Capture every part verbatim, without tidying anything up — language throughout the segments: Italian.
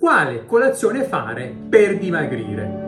Quale colazione fare per dimagrire?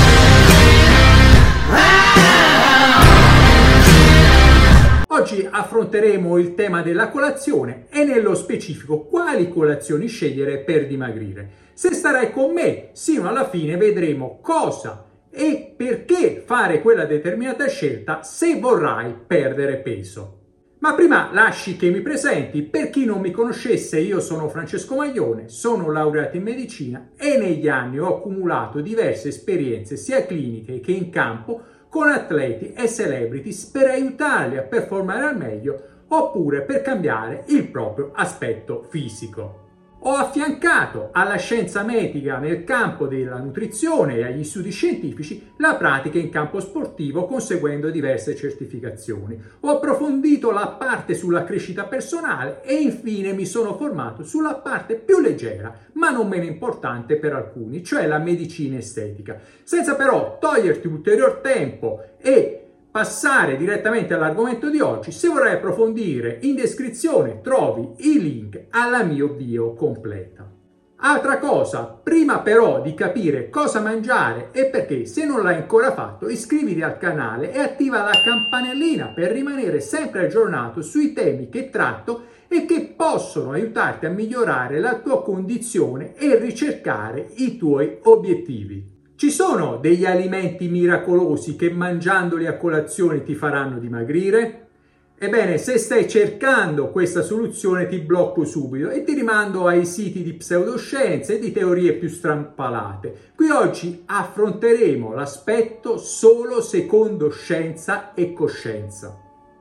Oggi affronteremo il tema della colazione e nello specifico quali colazioni scegliere per dimagrire. Se starai con me sino alla fine vedremo cosa e perché fare quella determinata scelta se vorrai perdere peso. Ma prima lasci che mi presenti. Per chi non mi conoscesse, io sono Francesco Maglione, sono laureato in medicina e negli anni ho accumulato diverse esperienze sia cliniche che in campo con atleti e celebrities per aiutarli a performare al meglio oppure per cambiare il proprio aspetto fisico. Ho affiancato alla scienza medica nel campo della nutrizione e agli studi scientifici la pratica in campo sportivo conseguendo diverse certificazioni. Ho approfondito la parte sulla crescita personale e infine mi sono formato sulla parte più leggera ma non meno importante per alcuni, cioè la medicina estetica. Senza però toglierti ulterior tempo e passare direttamente all'argomento di oggi, se vorrai approfondire, in descrizione trovi i link alla mia bio completa. Altra cosa, prima però di capire cosa mangiare e perché, se non l'hai ancora fatto, iscriviti al canale e attiva la campanellina per rimanere sempre aggiornato sui temi che tratto e che possono aiutarti a migliorare la tua condizione e ricercare i tuoi obiettivi. Ci sono degli alimenti miracolosi che mangiandoli a colazione ti faranno dimagrire? Ebbene, se stai cercando questa soluzione ti blocco subito e ti rimando ai siti di pseudoscienze e di teorie più strampalate. Qui oggi affronteremo l'aspetto solo secondo scienza e coscienza.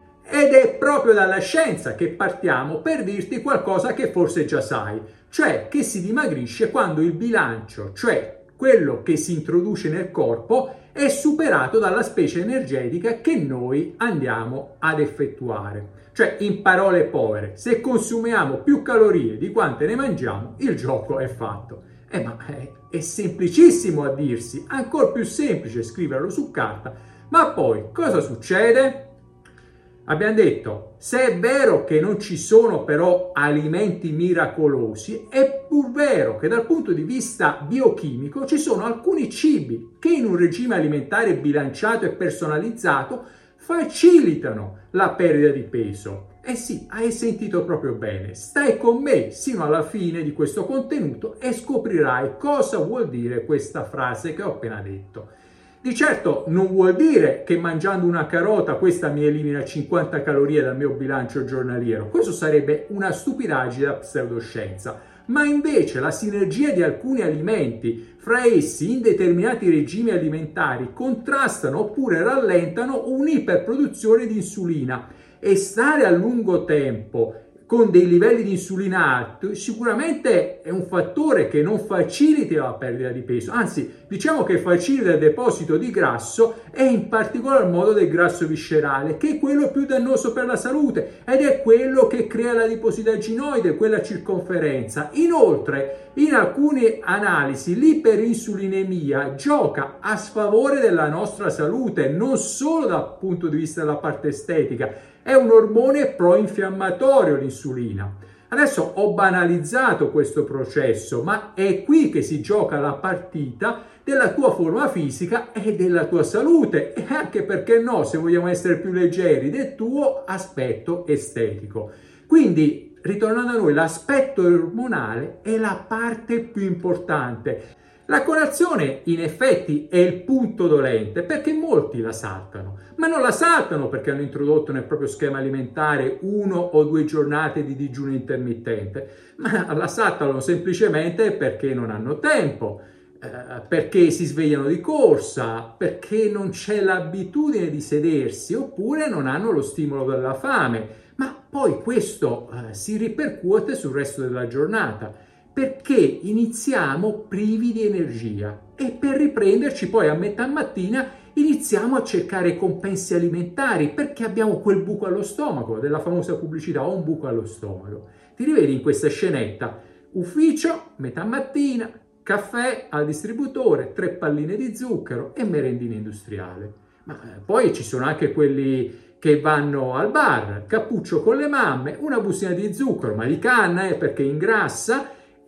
Ed è proprio dalla scienza che partiamo per dirti qualcosa che forse già sai, cioè che si dimagrisce quando il bilancio, cioè quello che si introduce nel corpo, è superato dalla spesa energetica che noi andiamo ad effettuare. Cioè, in parole povere, se consumiamo più calorie di quante ne mangiamo, il gioco è fatto. Eh, ma è, è semplicissimo a dirsi, ancora più semplice scriverlo su carta, ma poi cosa succede? Abbiamo detto, se è vero che non ci sono però alimenti miracolosi, è pur vero che dal punto di vista biochimico ci sono alcuni cibi che in un regime alimentare bilanciato e personalizzato facilitano la perdita di peso. Eh sì, hai sentito proprio bene, stai con me sino alla fine di questo contenuto e scoprirai cosa vuol dire questa frase che ho appena detto. Di certo non vuol dire che mangiando una carota questa mi elimina cinquanta calorie dal mio bilancio giornaliero. Questo sarebbe una stupidaggine da pseudoscienza. Ma invece la sinergia di alcuni alimenti fra essi in determinati regimi alimentari contrastano oppure rallentano un'iperproduzione di insulina e stare a lungo tempo con dei livelli di insulina alti sicuramente è un fattore che non facilita la perdita di peso, anzi diciamo che facilita il deposito di grasso e in particolar modo del grasso viscerale, che è quello più dannoso per la salute ed è quello che crea la adipositaginoide, quella circonferenza. Inoltre in alcune analisi l'iperinsulinemia gioca a sfavore della nostra salute non solo dal punto di vista della parte estetica, è un ormone pro-infiammatorio l'insulina. Adesso ho banalizzato questo processo, ma è qui che si gioca la partita della tua forma fisica e della tua salute e anche, perché no, se vogliamo essere più leggeri, del tuo aspetto estetico. Quindi, ritornando a noi, l'aspetto ormonale è la parte più importante. La colazione in effetti è il punto dolente perché molti la saltano, ma non la saltano perché hanno introdotto nel proprio schema alimentare uno o due giornate di digiuno intermittente, ma la saltano semplicemente perché non hanno tempo, eh, perché si svegliano di corsa, perché non c'è l'abitudine di sedersi oppure non hanno lo stimolo della fame, ma poi questo eh, si ripercuote sul resto della giornata. Perché iniziamo privi di energia e per riprenderci poi a metà mattina iniziamo a cercare compensi alimentari perché abbiamo quel buco allo stomaco, della famosa pubblicità, ho un buco allo stomaco. Ti rivedi in questa scenetta, ufficio, metà mattina, caffè al distributore, tre palline di zucchero e merendina industriale. Ma eh, poi ci sono anche quelli che vanno al bar, cappuccio con le mamme, una bustina di zucchero, ma di canna eh, perché ingrassa,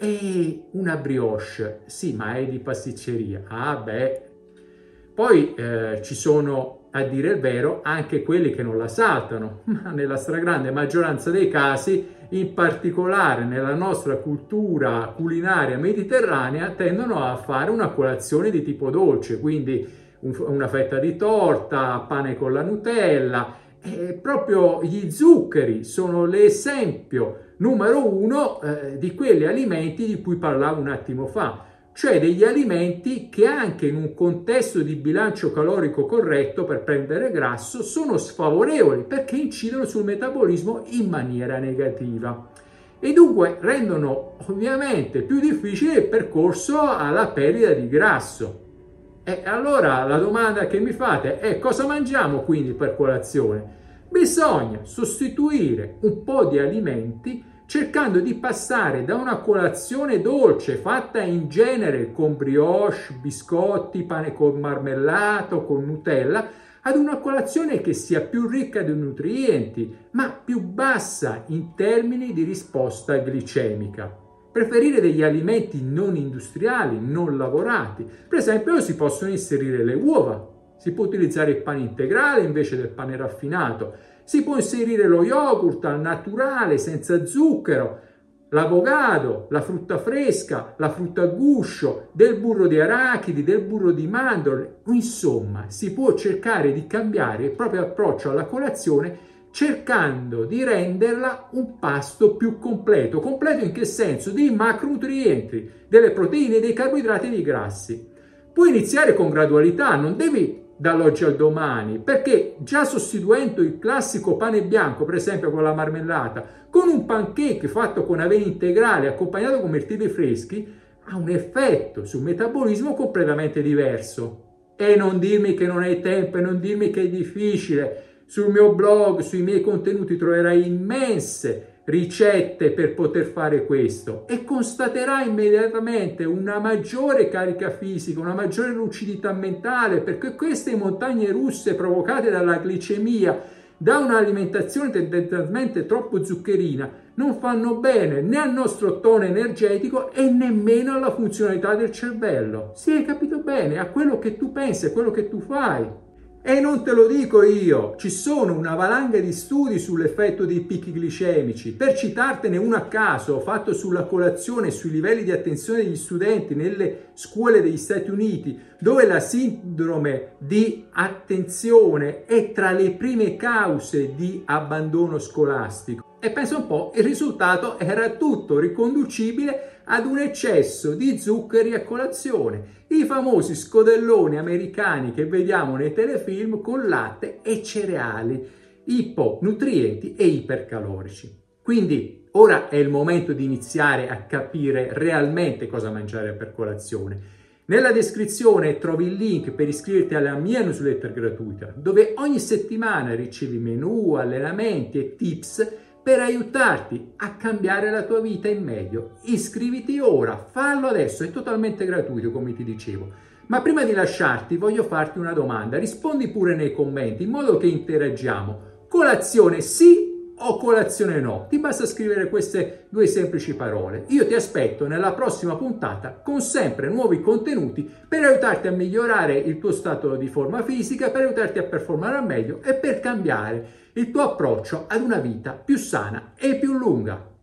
E una brioche, sì, ma è di pasticceria. Ah beh. Poi eh, ci sono, a dire il vero, anche quelli che non la saltano, ma nella stragrande maggioranza dei casi, in particolare nella nostra cultura culinaria mediterranea, tendono a fare una colazione di tipo dolce, quindi un, una fetta di torta, pane con la Nutella. E proprio gli zuccheri sono l'esempio numero uno eh, di quegli alimenti di cui parlavo un attimo fa, cioè degli alimenti che anche in un contesto di bilancio calorico corretto per prendere grasso sono sfavorevoli perché incidono sul metabolismo in maniera negativa e dunque rendono ovviamente più difficile il percorso alla perdita di grasso. E allora la domanda che mi fate è: cosa mangiamo quindi per colazione? Bisogna sostituire un po' di alimenti cercando di passare da una colazione dolce fatta in genere con brioche, biscotti, pane con marmellato, con Nutella, ad una colazione che sia più ricca di nutrienti, ma più bassa in termini di risposta glicemica. Preferire degli alimenti non industriali, non lavorati. Per esempio si possono inserire le uova, si può utilizzare il pane integrale invece del pane raffinato, si può inserire lo yogurt al naturale, senza zucchero, l'avocado, la frutta fresca, la frutta a guscio, del burro di arachidi, del burro di mandorle. Insomma, si può cercare di cambiare il proprio approccio alla colazione cercando di renderla un pasto più completo. Completo in che senso? Dei macronutrienti, delle proteine, dei carboidrati e dei grassi. Puoi iniziare con gradualità, non devi dall'oggi al domani, perché già sostituendo il classico pane bianco, per esempio con la marmellata, con un pancake fatto con avena integrale accompagnato con mirtilli freschi, ha un effetto sul metabolismo completamente diverso. E non dirmi che non hai tempo, e non dirmi che è difficile. Sul mio blog, sui miei contenuti troverai immense ricette per poter fare questo e constaterai immediatamente una maggiore carica fisica, una maggiore lucidità mentale, perché queste montagne russe provocate dalla glicemia, da un'alimentazione tendenzialmente troppo zuccherina, non fanno bene né al nostro tono energetico e nemmeno alla funzionalità del cervello. Sì, hai capito bene, a quello che tu pensi, a quello che tu fai. E non te lo dico io, ci sono una valanga di studi sull'effetto dei picchi glicemici. Per citartene uno a caso, fatto sulla colazione e sui livelli di attenzione degli studenti nelle scuole degli Stati Uniti, dove la sindrome di attenzione è tra le prime cause di abbandono scolastico. E pensa un po', il risultato era tutto riconducibile ad un eccesso di zuccheri a colazione, i famosi scodelloni americani che vediamo nei telefilm con latte e cereali, iponutrienti e ipercalorici. Quindi ora è il momento di iniziare a capire realmente cosa mangiare per colazione. Nella descrizione trovi il link per iscriverti alla mia newsletter gratuita, dove ogni settimana ricevi menù, allenamenti e tips per aiutarti a cambiare la tua vita in meglio. Iscriviti ora, fallo adesso, è totalmente gratuito come ti dicevo. Ma prima di lasciarti voglio farti una domanda, rispondi pure nei commenti in modo che interagiamo. Colazione sì o colazione no? Ti basta scrivere queste due semplici parole. Io ti aspetto nella prossima puntata con sempre nuovi contenuti per aiutarti a migliorare il tuo stato di forma fisica, per aiutarti a performare al meglio e per cambiare il tuo approccio ad una vita più sana e più lunga.